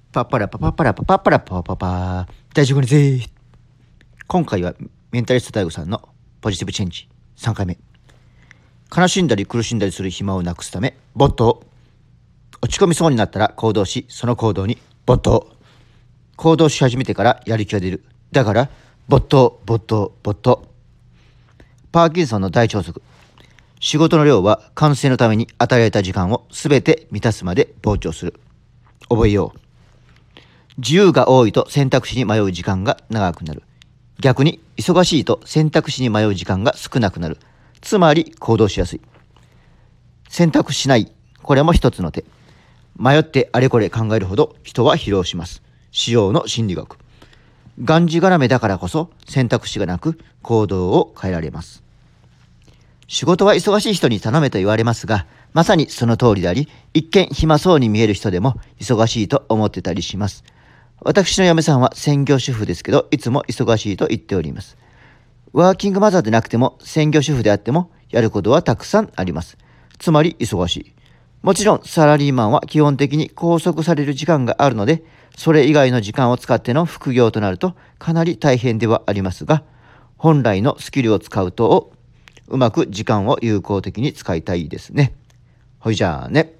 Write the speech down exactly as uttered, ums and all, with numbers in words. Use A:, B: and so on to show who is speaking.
A: パッパラパパパラパパパラパパパ大丈夫にぜ。今回はメンタリスト大悟さんのポジティブチェンジさんかいめ。悲しんだり苦しんだりする暇をなくすため没頭。落ち込みそうになったら行動し、その行動に没頭。行動し始めてからやる気が出る。だから没頭没頭没頭。パーキンソンの大腸則。仕事の量は完成のために与えられた時間をすべて満たすまで膨張する。覚えよう。自由が多いと選択肢に迷う時間が長くなる。逆に忙しいと選択肢に迷う時間が少なくなる。つまり行動しやすい。選択しない。これも一つの手。迷ってあれこれ考えるほど人は疲労します。使用の心理学。がんじがらめだからこそ選択肢がなく行動を変えられます。仕事は忙しい人に頼めと言われますが、まさにその通りであり、一見暇そうに見える人でも忙しいと思ってたりします。私の嫁さんは専業主婦ですけど、いつも忙しいと言っております。ワーキングマザーでなくても専業主婦であってもやることはたくさんあります。つまり忙しい。もちろんサラリーマンは基本的に拘束される時間があるので、それ以外の時間を使っての副業となるとかなり大変ではありますが、本来のスキルを使うとうまく時間を有効的に使いたいですね。ほいじゃあね。